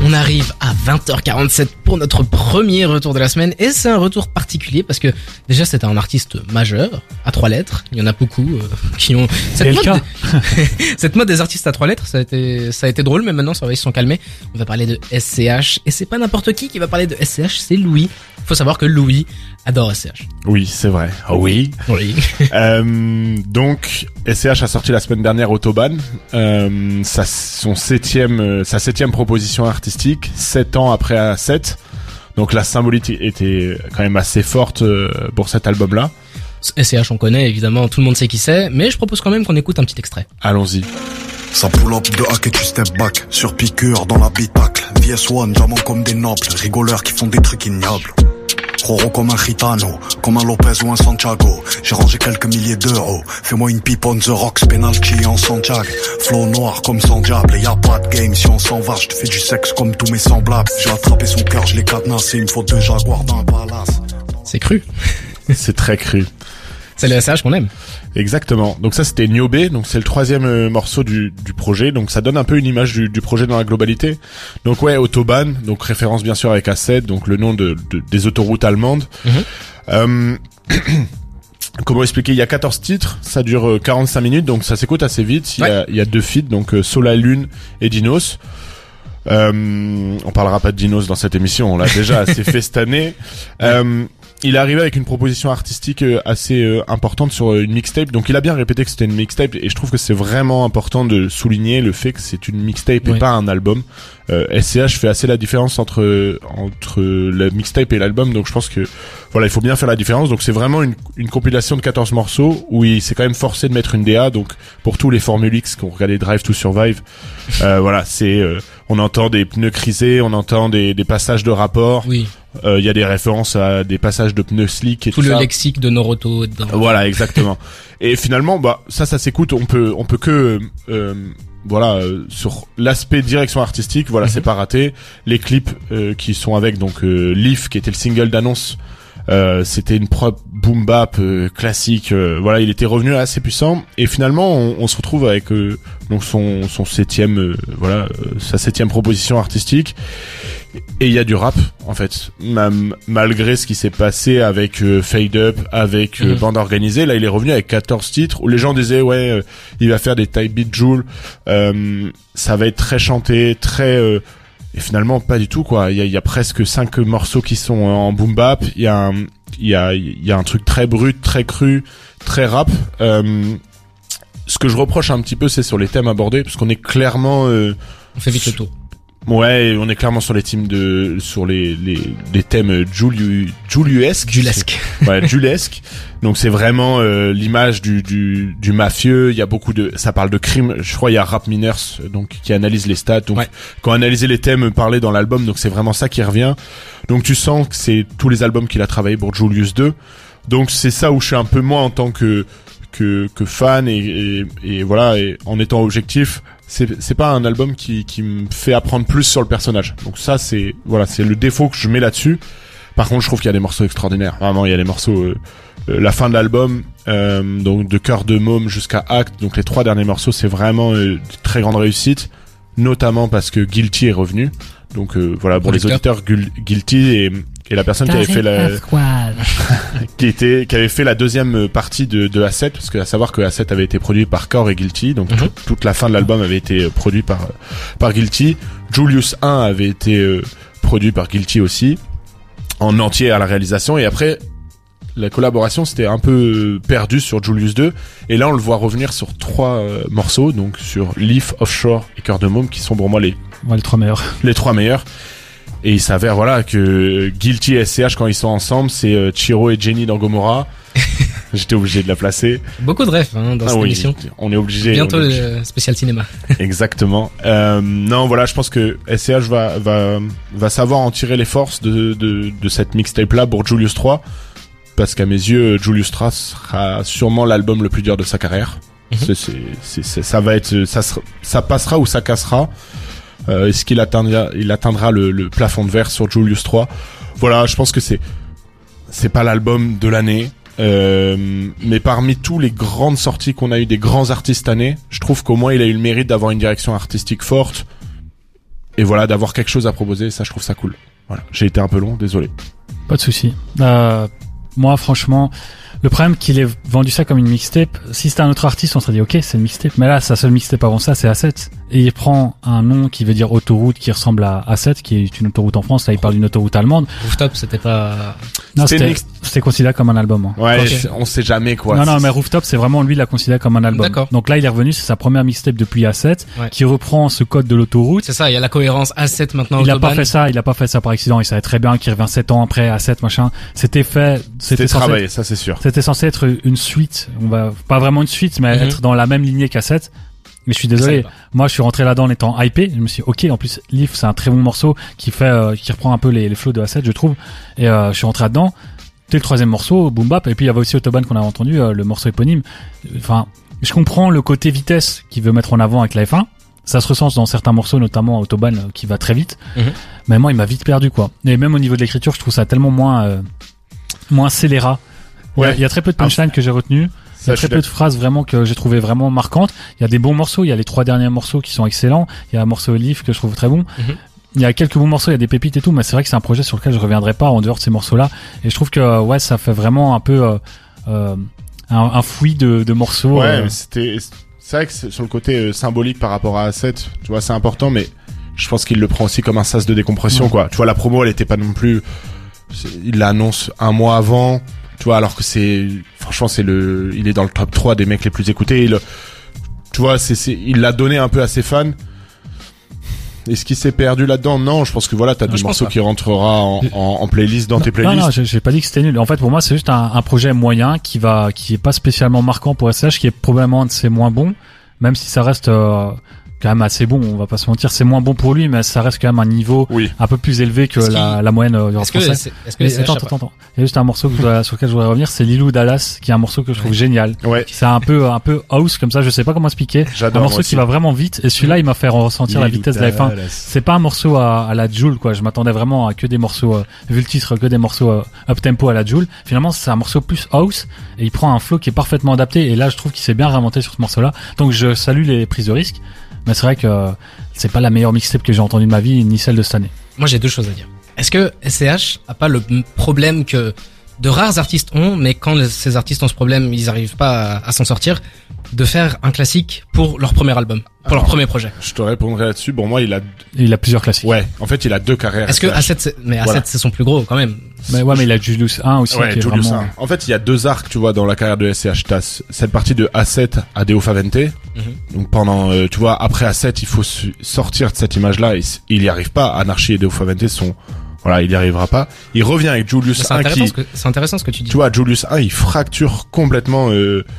On arrive à 20h47 pour notre premier retour de la semaine et c'est un retour particulier parce que déjà c'est un artiste majeur à 3 lettres. Il y en a beaucoup qui ont cette mode des artistes à 3 lettres. Ça a été drôle, mais maintenant ça va, ils se sont calmés. On va parler de SCH et c'est pas n'importe qui va parler de SCH, c'est Louis. Faut savoir que Louis adore SCH. Oui, c'est vrai. Oh, oui. Donc SCH a sorti la semaine dernière Autobahn, sa septième proposition artistique, 7 ans après A7. Donc la symbolique était quand même assez forte pour cet album-là. SCH on connaît évidemment, tout le monde sait qui c'est, mais je propose quand même qu'on écoute un petit extrait. Allons-y. Ça pull up de hack et tu step back, sur piqûre dans l'habitacle. VS1, diamant comme des nobles, rigoleurs qui font des trucs ignobles. Roro comme un Gitano, comme un Lopez ou un Santiago. J'ai rangé quelques milliers d'euros. Fais-moi une pipe on the rocks, penalty en Santiago. Flow noir comme sans diable, et y'a pas de game. Si on s'en va, je te fais du sexe comme tous mes semblables. J'ai attrapé son cœur, je l'ai cadenassé, une faute de jaguar dans un palace. C'est cru. C'est très cru. C'est le SCH qu'on aime. Exactement. Donc ça c'était Niobé, donc c'est le 3e morceau du projet, donc ça donne un peu une image du projet dans la globalité. Donc ouais, Autobahn, donc référence bien sûr avec A7, donc le nom des autoroutes allemandes. Comment expliquer, il y a 14 titres, ça dure 45 minutes, donc ça s'écoute assez vite. Il y a 2 feats, donc Sola Lune et Dinos. On parlera pas de Dinos dans cette émission, on l'a déjà assez fait cette année. Il est arrivé avec une proposition artistique assez importante sur une mixtape, donc il a bien répété que c'était une mixtape et je trouve que c'est vraiment important de souligner le fait que c'est une mixtape et pas un album. SCH fait assez la différence entre la mixtape et l'album, donc je pense que voilà, il faut bien faire la différence. Donc c'est vraiment une compilation de 14 morceaux où il s'est quand même forcé de mettre une DA, donc pour tous les Formule X qui ont regardé Drive to Survive, voilà, c'est on entend des pneus crisés, on entend des passages de rapport. Oui. Il y a des références à des passages de pneus slick et tout le ça. Lexique de Noroto dedans. Voilà, exactement. Et finalement, ça s'écoute. On peut que sur l'aspect direction artistique, voilà, c'est pas raté. Les clips qui sont avec, donc Leaf, qui était le single d'annonce. C'était une prod boom bap classique, voilà, il était revenu assez puissant et finalement on se retrouve avec donc son septième sa 7e proposition artistique et il y a du rap en fait, malgré ce qui s'est passé avec Fade Up, avec Bande Organisée. Là il est revenu avec 14 titres où les gens disaient il va faire des type beat Joule, ça va être très chanté, très et finalement pas du tout quoi. Il y a presque 5 morceaux qui sont en boom bap. Il y a un truc très brut, très cru, très rap. Ce que je reproche un petit peu, c'est sur les thèmes abordés, parce qu'on est clairement on fait vite le tour. Ouais, on est clairement sur les thèmes sur les thèmes Juliesque. Ouais, Julesque. Donc c'est vraiment l'image du mafieux. Il y a beaucoup ça parle de crime. Je crois il y a Rap Miners donc qui analyse les stats. Donc quand analyser les thèmes parlés dans l'album, donc c'est vraiment ça qui revient. Donc tu sens que c'est tous les albums qu'il a travaillé pour Julius 2. Donc c'est ça où je suis un peu moins en tant que fan et voilà, et en étant objectif. C'est pas un album qui me fait apprendre plus sur le personnage. Donc ça c'est le défaut que je mets là-dessus. Par contre, je trouve qu'il y a des morceaux extraordinaires. Vraiment, il y a des morceaux la fin de l'album donc de Cœur de Môme jusqu'à Acte. Donc les 3 derniers morceaux, c'est vraiment de très grande réussite, notamment parce que Guilty est revenu. Donc voilà, pour les auditeurs, Guilty et la personne qui avait fait qui avait fait la deuxième partie de A7, parce que à savoir que A7 avait été produit par Core et Guilty, donc toute la fin de l'album avait été produit par Guilty. Julius 1 avait été produit par Guilty aussi, en entier à la réalisation, et après la collaboration c'était un peu perdu sur Julius 2, et là on le voit revenir sur 3 morceaux, donc sur Leaf, Offshore et Cœur de Môme, qui sont pour moi les 3 meilleurs. Les 3 meilleurs. Et il s'avère que Guilty et SCH quand ils sont ensemble, c'est Chiro et Jenny dans Gomorrah. J'étais obligé de la placer. Beaucoup de refs dans cette émission. On est obligé. Bientôt le spécial cinéma. Exactement. Non, voilà, je pense que SCH va savoir en tirer les forces de cette mixtape là pour Julius 3, parce qu'à mes yeux Julius 3 sera sûrement l'album le plus dur de sa carrière. Ça va être ça passera ou ça cassera. Est-ce qu'il atteindra le plafond de verre sur Julius 3? Voilà, je pense que c'est pas l'album de l'année, mais parmi tous les grandes sorties qu'on a eu des grands artistes cette année, je trouve qu'au moins il a eu le mérite d'avoir une direction artistique forte voilà, d'avoir quelque chose à proposer, ça je trouve ça cool. Voilà, j'ai été un peu long, désolé. Pas de souci. Moi, franchement, le problème qu'il ait vendu ça comme une mixtape, si c'était un autre artiste, on serait dit ok, c'est une mixtape. Mais là, sa seule mixtape avant ça, c'est A7. Et il prend un nom qui veut dire autoroute, qui ressemble à A7, qui est une autoroute en France. Là, il parle d'une autoroute allemande. Rooftop, c'était pas... Non, c'était considéré comme un album. Hein. Ouais, okay. On sait jamais quoi. Non, mais Rooftop, c'est vraiment lui, il l'a considéré comme un album. D'accord. Donc là, il est revenu, c'est sa première mixtape depuis A7, qui reprend ce code de l'autoroute. C'est ça, il y a la cohérence A7 maintenant. Il a pas fait ça par accident. Il savait très bien qu'il revient 7 ans après A7, machin. C'était travaillé, ça c'est sûr. C'était censé être une suite. Pas vraiment une suite, mais être dans la même lignée qu'A7. Mais je suis désolé. Moi, je suis rentré là-dedans en étant hypé. Je me suis dit, ok, en plus, Leaf, c'est un très bon morceau qui reprend un peu les flows de A7, je trouve. Et, je suis rentré là-dedans. C'était le troisième morceau, Boom Bap. Et puis, il y avait aussi Autobahn qu'on a entendu, le morceau éponyme. Enfin, je comprends le côté vitesse qu'il veut mettre en avant avec la F1. Ça se ressent dans certains morceaux, notamment Autobahn, qui va très vite. Mais moi, il m'a vite perdu, quoi. Et même au niveau de l'écriture, je trouve ça tellement moins scélérat. Ouais. Il y a très peu de punchlines que j'ai retenues. Il y a très peu de phrases vraiment que j'ai trouvé vraiment marquantes. Il y a des bons morceaux. Il y a les 3 derniers morceaux qui sont excellents. Il y a un morceau Leaf que je trouve très bon. Il y a quelques bons morceaux. Il y a des pépites et tout. Mais c'est vrai que c'est un projet sur lequel je reviendrai pas en dehors de ces morceaux-là. Et je trouve que, ouais, ça fait vraiment un peu, un fouillis de morceaux. Ouais, mais c'est vrai que sur le côté symbolique par rapport à A7, tu vois, c'est important, mais je pense qu'il le prend aussi comme un sas de décompression, quoi. Tu vois, la promo, elle était pas non plus, il l'annonce un mois avant. Tu vois, alors que franchement, il est dans le top 3 des mecs les plus écoutés. Tu vois, il l'a donné un peu à ses fans. Est-ce qu'il s'est perdu là-dedans? Non, je pense que voilà, t'as des morceaux qui rentrera en playlist dans tes playlists. Non, j'ai pas dit que c'était nul. En fait, pour moi, c'est juste un projet moyen qui est pas spécialement marquant pour SCH, qui est probablement un de ses moins bons, même si ça reste, quand même assez bon, on va pas se mentir, c'est moins bon pour lui, mais ça reste quand même un niveau un peu plus élevé que la moyenne du rap français. Attends. Il y a juste un morceau sur lequel je voudrais revenir, c'est Lilou Dallas, qui est un morceau que je trouve génial. Ouais. C'est un peu house, comme ça, je sais pas comment expliquer. J'adore. Un morceau qui va vraiment vite, et celui-là, il m'a fait ressentir la vitesse de la F1. C'est pas un morceau à la Jul, quoi. Je m'attendais vraiment à que des morceaux, vu le titre, que des morceaux up-tempo à la Jul. Finalement, c'est un morceau plus house, et il prend un flow qui est parfaitement adapté, et là, je trouve qu'il s'est bien réinventé sur ce morceau-là. Donc, je salue les prises de risque. Mais c'est vrai que c'est pas la meilleure mixtape que j'ai entendue de ma vie, ni celle de cette année. Moi, j'ai 2 choses à dire. Est-ce que SCH a pas le problème que de rares artistes ont, mais quand ces artistes ont ce problème, ils arrivent pas à s'en sortir, de faire un classique pour leur premier album, pour leur premier projet? Je te répondrai là-dessus. Bon, moi, il a plusieurs classiques. Ouais. En fait, il a 2 carrières. Est-ce que A7, A7, c'est son plus gros, quand même? Mais ouais, mais il a Julius 1 aussi, qui est Julius vraiment... 1. En fait, il y a 2 arcs, tu vois, dans la carrière de SCH. T'as cette partie de A7 à Deo Favente. Donc pendant, tu vois, après A7, il faut sortir de cette image-là. Il y arrive pas. Anarchy et Deo Favente voilà, il y arrivera pas. Il revient avec Julius 1 c'est intéressant ce que tu dis. Tu vois, Julius 1, il fracture complètement,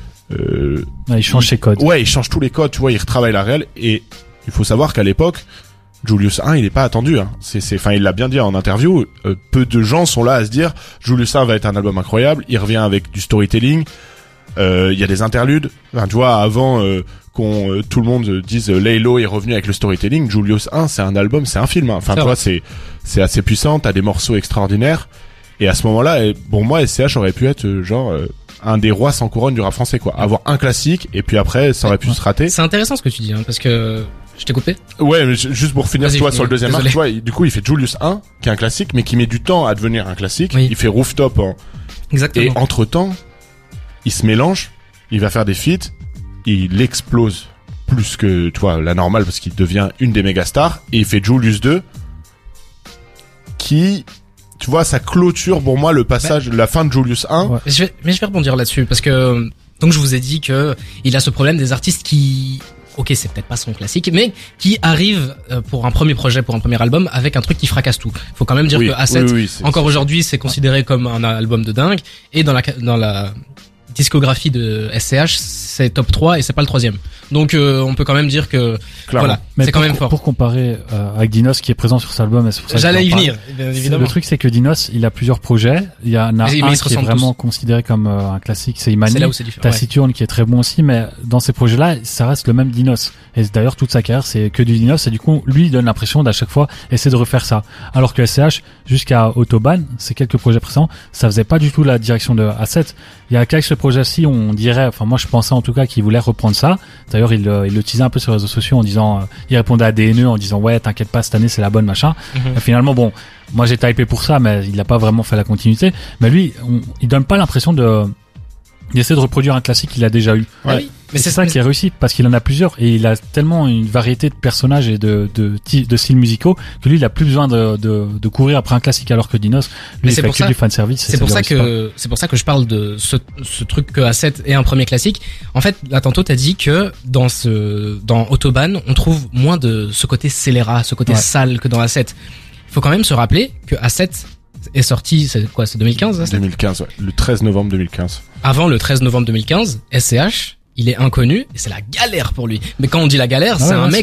il change ses codes. Ouais, il change tous les codes, tu vois, il retravaille la réelle, et il faut savoir qu'à l'époque, Julius 1, il est pas attendu, hein. Enfin, il l'a bien dit en interview, peu de gens sont là à se dire, Julius 1 va être un album incroyable, il revient avec du storytelling, il y a des interludes, enfin, tu vois, avant, tout le monde dise Laylo est revenu avec le storytelling, Julius 1, c'est un album, c'est un film, hein. Enfin, tu vois, c'est assez puissant, t'as des morceaux extraordinaires, et à ce moment-là, bon, moi, SCH aurait pu être, un des rois sans couronne du rap français, quoi. Avoir un classique, et puis après, ça aurait pu se rater. C'est intéressant ce que tu dis, hein, parce que, je t'ai coupé? Ouais, mais juste pour finir, tu vois, sur le deuxième arc, tu vois, du coup, il fait Julius 1, qui est un classique, mais qui met du temps à devenir un classique. Il fait Rooftop, Exactement. Et entre-temps, il se mélange, il va faire des feats, il explose plus que, tu vois, la normale, parce qu'il devient une des méga stars, et il fait Julius 2, qui, tu vois, ça clôture pour moi le passage, la fin de Julius 1. Ouais. Mais je vais rebondir là-dessus, parce que, donc je vous ai dit que il a ce problème des artistes qui, ok, c'est peut-être pas son classique, mais qui arrivent pour un premier projet, pour un premier album, avec un truc qui fracasse tout. Faut quand même dire que A7, encore aujourd'hui, c'est considéré comme un album de dingue, et dans la discographie de SCH, c'est top 3 et c'est pas le 3e. Donc on peut quand même dire que voilà, c'est quand même fort. Pour comparer avec Dinos qui est présent sur cet album, c'est pour ça j'allais y venir, évidemment. Le truc c'est que Dinos, il a plusieurs projets, il y en a un qui est vraiment considéré comme un classique, c'est Imani. C'est là où c'est différent. Taciturne qui est très bon aussi, mais dans ces projets-là, ça reste le même Dinos. Et d'ailleurs toute sa carrière, c'est que du Dinos, et du coup, lui il donne l'impression d'à chaque fois essayer de refaire ça. Alors que SCH, jusqu'à Autobahn, ces quelques projets précédents, ça faisait pas du tout la direction de A7. Il y a qu'avec ce projet-ci, on dirait, enfin moi je pensais en tout tout cas qui voulait reprendre ça. D'ailleurs, il le teasait un peu sur les réseaux sociaux en disant, il répondait à DNE en disant ouais, t'inquiète pas, cette année c'est la bonne machin. Et finalement, bon, moi j'étais hypé pour ça, mais il a pas vraiment fait la continuité. Mais lui, il donne pas l'impression d'essayer de reproduire un classique qu'il a déjà eu. Ouais. Oui. Mais c'est ça qui est réussi parce qu'il en a plusieurs et il a tellement une variété de personnages et de styles musicaux que lui il a plus besoin de courir après un classique alors que Dinos lui il fait que du fanservice. C'est pour ça que je parle de ce truc que A7 est un premier classique. En fait, là tantôt t'as dit que dans Autobahn on trouve moins de ce côté scélérat, ce côté sale que dans A7. Il faut quand même se rappeler que A7 est sorti, c'est 2015 A7 2015, ouais. Le 13 novembre 2015. Avant le 13 novembre 2015, SCH il est inconnu et c'est la galère pour lui. Mais quand on dit la galère, c'est un mec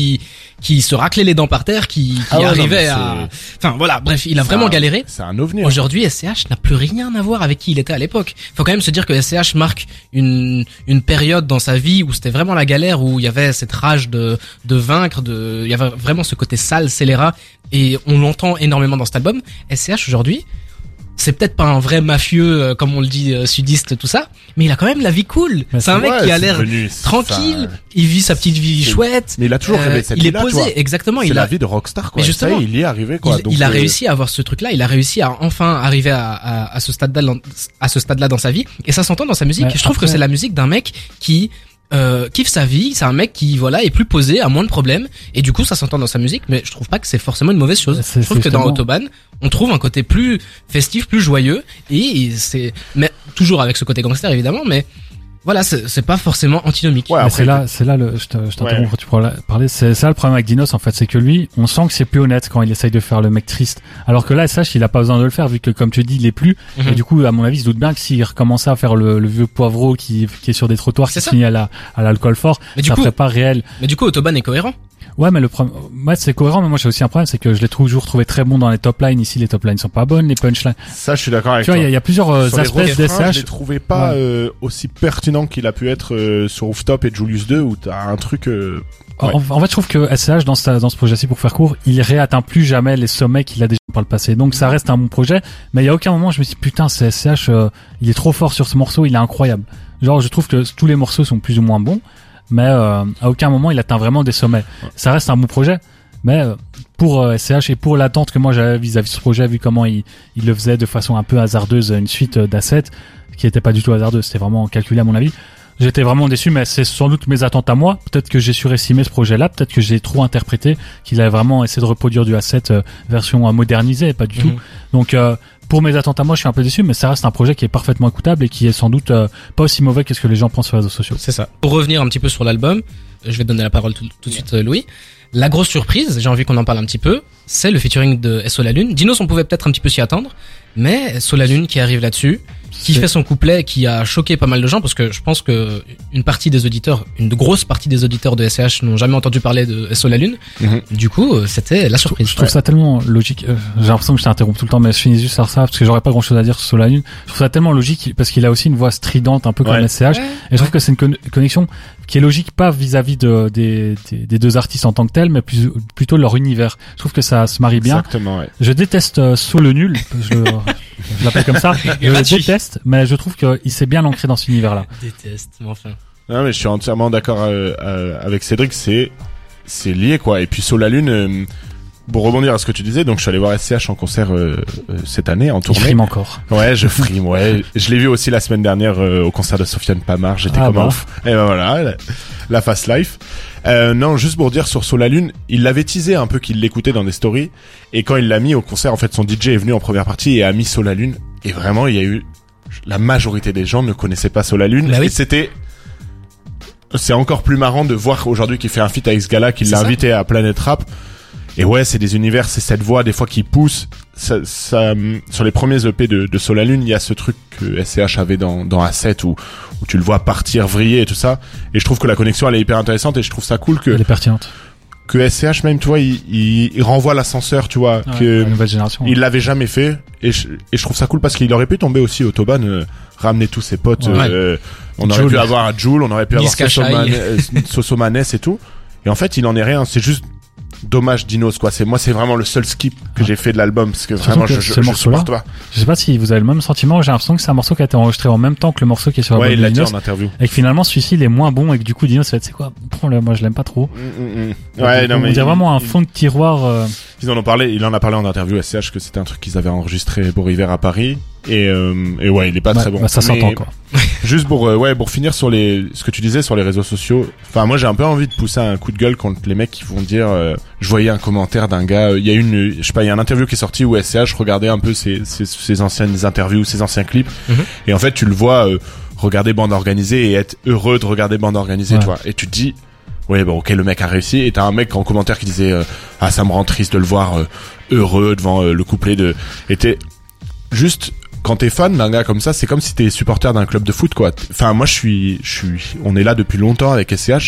qui se raclait les dents par terre, qui arrivait à... Enfin voilà, bref, il a vraiment galéré. C'est un ovni. Aujourd'hui, SCH n'a plus rien à voir avec qui il était à l'époque. Faut quand même se dire que SCH marque une période dans sa vie où c'était vraiment la galère, où il y avait cette rage de vaincre, il y avait vraiment ce côté sale, scélérat, et on l'entend énormément dans cet album. SCH aujourd'hui, c'est peut-être pas un vrai mafieux comme on le dit sudiste tout ça, mais il a quand même la vie cool. C'est un mec qui a l'air tranquille, il vit sa petite vie chouette. Mais il a toujours rêvé cette vie-là. Il est posé, exactement. C'est la vie de rockstar, quoi. Mais justement, ça, il y est arrivé, quoi. Il a réussi à avoir ce truc-là. Il a réussi à enfin arriver à ce stade-là dans sa vie, et ça s'entend dans sa musique. Je trouve que c'est la musique d'un mec qui kiffe sa vie, c'est un mec qui est plus posé, a moins de problèmes, et du coup ça s'entend dans sa musique, mais je trouve pas que c'est forcément une mauvaise chose. Je trouve que dans Autobahn on trouve un côté plus festif, plus joyeux, mais toujours avec ce côté gangster évidemment, mais voilà, c'est pas forcément antinomique. Ouais, c'est là je t'interromps quand tu pourras parler, c'est ça le problème avec Dinos en fait, c'est que lui, on sent que c'est plus honnête quand il essaye de faire le mec triste, alors que là SH il a pas besoin de le faire vu que comme tu dis il est plus, et du coup à mon avis il se doute bien que s'il recommençait à faire le vieux poivreau qui est sur des trottoirs, qui finit à l'alcool fort, ça ferait pas réel. Mais du coup Autobahn est cohérent. Ouais, mais le problème, c'est cohérent, mais moi j'ai aussi un problème, c'est que je l'ai toujours trouvé très bon dans les top lines. Ici, les top lines sont pas bonnes, les punchlines. Ça, je suis d'accord avec toi. Tu vois, il y a plusieurs aspects d'SCH. Je les trouvais pas aussi pertinents qu'il a pu être sur Rooftop et Julius 2, où t'as un truc. En fait, je trouve que SCH dans ce projet-ci, pour faire court, il réatteint plus jamais les sommets qu'il a déjà par le passé. Donc ça reste un bon projet, mais il y a aucun moment je me suis dit putain, c'est SCH, il est trop fort sur ce morceau, il est incroyable. Genre, je trouve que tous les morceaux sont plus ou moins bons, mais à aucun moment il atteint vraiment des sommets. Ça reste un bon projet, mais pour SCH et pour l'attente que moi j'avais vis-à-vis de ce projet, vu comment il le faisait de façon un peu hasardeuse, une suite d'A7 qui était pas du tout hasardeuse, c'était vraiment calculé à mon avis. J'étais vraiment déçu, mais c'est sans doute mes attentes à moi. Peut-être que j'ai surestimé ce projet-là, peut-être que j'ai trop interprété, qu'il a vraiment essayé de reproduire du A7 version modernisée, pas du tout. Donc pour mes attentes à moi, je suis un peu déçu, mais ça reste un projet qui est parfaitement écoutable et qui est sans doute pas aussi mauvais que ce que les gens pensent sur les réseaux sociaux. C'est ça. Pour revenir un petit peu sur l'album, je vais te donner la parole tout de suite, Louis. La grosse surprise, j'ai envie qu'on en parle un petit peu, c'est le featuring de SO La Lune. Dinos, on pouvait peut-être un petit peu s'y attendre, mais SO La Lune qui arrive là-dessus, qui fait son couplet, qui a choqué pas mal de gens, parce que je pense que une grosse partie des auditeurs de SCH n'ont jamais entendu parler de SO La Lune. Du coup, c'était la surprise. Je trouve ça tellement logique. J'ai l'impression que je t'interromps tout le temps, mais je finis juste sur ça, parce que j'aurais pas grand-chose à dire sur SO La Lune. Je trouve ça tellement logique, parce qu'il a aussi une voix stridente, un peu comme SCH, et je trouve que c'est une connexion qui est logique, pas vis-à-vis des deux artistes en tant que tels, mais plutôt leur univers. Je trouve que ça se marie bien. Exactement, ouais. Je déteste So le nul, je l'appelle comme ça. Je le déteste, mais je trouve qu'il s'est bien ancré dans cet univers-là. Déteste, mais enfin. Non, mais je suis entièrement d'accord avec Cédric, c'est lié, quoi. Et puis So La Lune, pour rebondir à ce que tu disais, donc je suis allé voir SCH en concert cette année en tournée. Il frime encore. Ouais, je frime, ouais. Je l'ai vu aussi la semaine dernière au concert de Sofiane Pamar, j'étais comme un ouf. Et ben voilà, la fast life. Non, juste pour dire sur So La Lune, il l'avait teasé un peu qu'il l'écoutait dans des stories, et quand il l'a mis au concert, en fait, son DJ est venu en première partie et a mis So La Lune, et vraiment, il y a eu, la majorité des gens ne connaissaient pas So La Lune, et c'est encore plus marrant de voir aujourd'hui qu'il fait un feat avec ce gars-là, qu'il l'a invité à Planet Rap. Et ouais, c'est des univers, c'est cette voix des fois qui pousse. Ça, sur les premiers EP de So La Lune, il y a ce truc que SCH avait dans A7 où tu le vois partir, vriller et tout ça. Et je trouve que la connexion elle est hyper intéressante et je trouve ça cool que elle est pertinente. Que SCH même, tu vois, il renvoie l'ascenseur, tu vois, que la nouvelle génération. Il l'avait jamais fait et je trouve ça cool parce qu'il aurait pu tomber aussi Autobahn, ramener tous ses potes. On aurait pu avoir un Jul, on aurait pu avoir Sosomanes et tout. Et en fait, il en est rien. C'est juste dommage Dinos quoi. C'est vraiment le seul skip que j'ai fait de l'album parce que vraiment je supporte pas. Je sais pas si vous avez le même sentiment, j'ai l'impression que c'est un morceau qui a été enregistré en même temps que le morceau qui est sur l'album de Dinos. Ouais, il l'a dit en interview. Et que finalement celui-ci il est moins bon et que du coup Dinos c'est quoi, prends-le, moi je l'aime pas trop. Ouais, non mais on dirait vraiment un fond de tiroir. Il en a parlé en interview SCH que c'était un truc qu'ils avaient enregistré pour Hiver à Paris et ouais, il est pas très bon. Bah, ça s'entend quoi. Juste pour finir sur ce que tu disais sur les réseaux sociaux. Enfin moi j'ai un peu envie de pousser un coup de gueule contre les mecs qui vont dire je voyais un commentaire d'un gars, il y a il y a un interview qui est sorti où SCH regardait un peu ses anciennes interviews, ses anciens clips et en fait tu le vois regarder Bande Organisée et être heureux de regarder Bande Organisée, tu vois. Et tu te dis ouais bon ok, le mec a réussi, et t'as un mec en commentaire qui disait ah ça me rend triste de le voir heureux devant le couplet de, et t'es juste, quand t'es fan d'un gars comme ça, c'est comme si t'es supporter d'un club de foot quoi. Enfin moi on est là depuis longtemps avec SCH,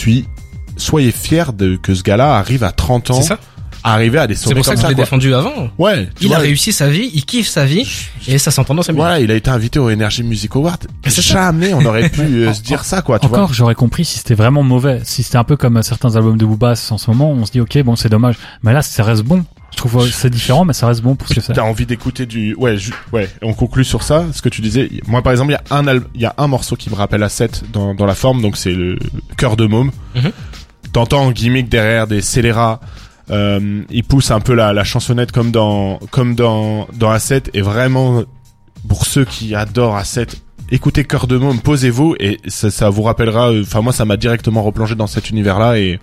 soyez fiers que ce gars-là arrive à 30 ans. C'est ça. Arriver à des sommets comme ça. C'est pour ça que je l'ai défendu avant. Ouais. Il a réussi sa vie, il kiffe sa vie, et ça s'entend dans sa musique. Voilà, il a été invité au Energy Music Award. Jamais on aurait pu se dire ça, quoi, tu vois. Encore, j'aurais compris si c'était vraiment mauvais. Si c'était un peu comme certains albums de Booba en ce moment, on se dit, ok, bon, c'est dommage. Mais là, ça reste bon. Je trouve que c'est différent, mais ça reste bon pour ce que c'est. T'as envie d'écouter on conclut sur ça, ce que tu disais. Moi, par exemple, il y a un morceau qui me rappelle à 7 dans la forme, donc c'est le Cœur de Môme. T'entends en gimmick derrière des scélérats. Il pousse un peu la chansonnette comme dans A7, et vraiment pour ceux qui adorent A7, écoutez Cœur de Môme, posez-vous et ça vous rappellera, enfin moi ça m'a directement replongé dans cet univers-là et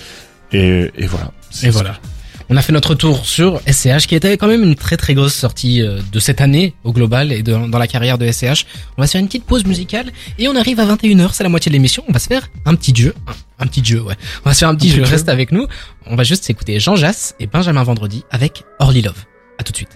voilà. Et voilà. On a fait notre tour sur SCH, qui était quand même une très très grosse sortie de cette année au global et dans la carrière de SCH. On va se faire une petite pause musicale et on arrive à 21h, c'est la moitié de l'émission. On va se faire un petit jeu, ouais. On va se faire un petit jeu, reste avec nous. On va juste s'écouter Jean Jass et Benjamin Vendredi avec Orly Love. À tout de suite.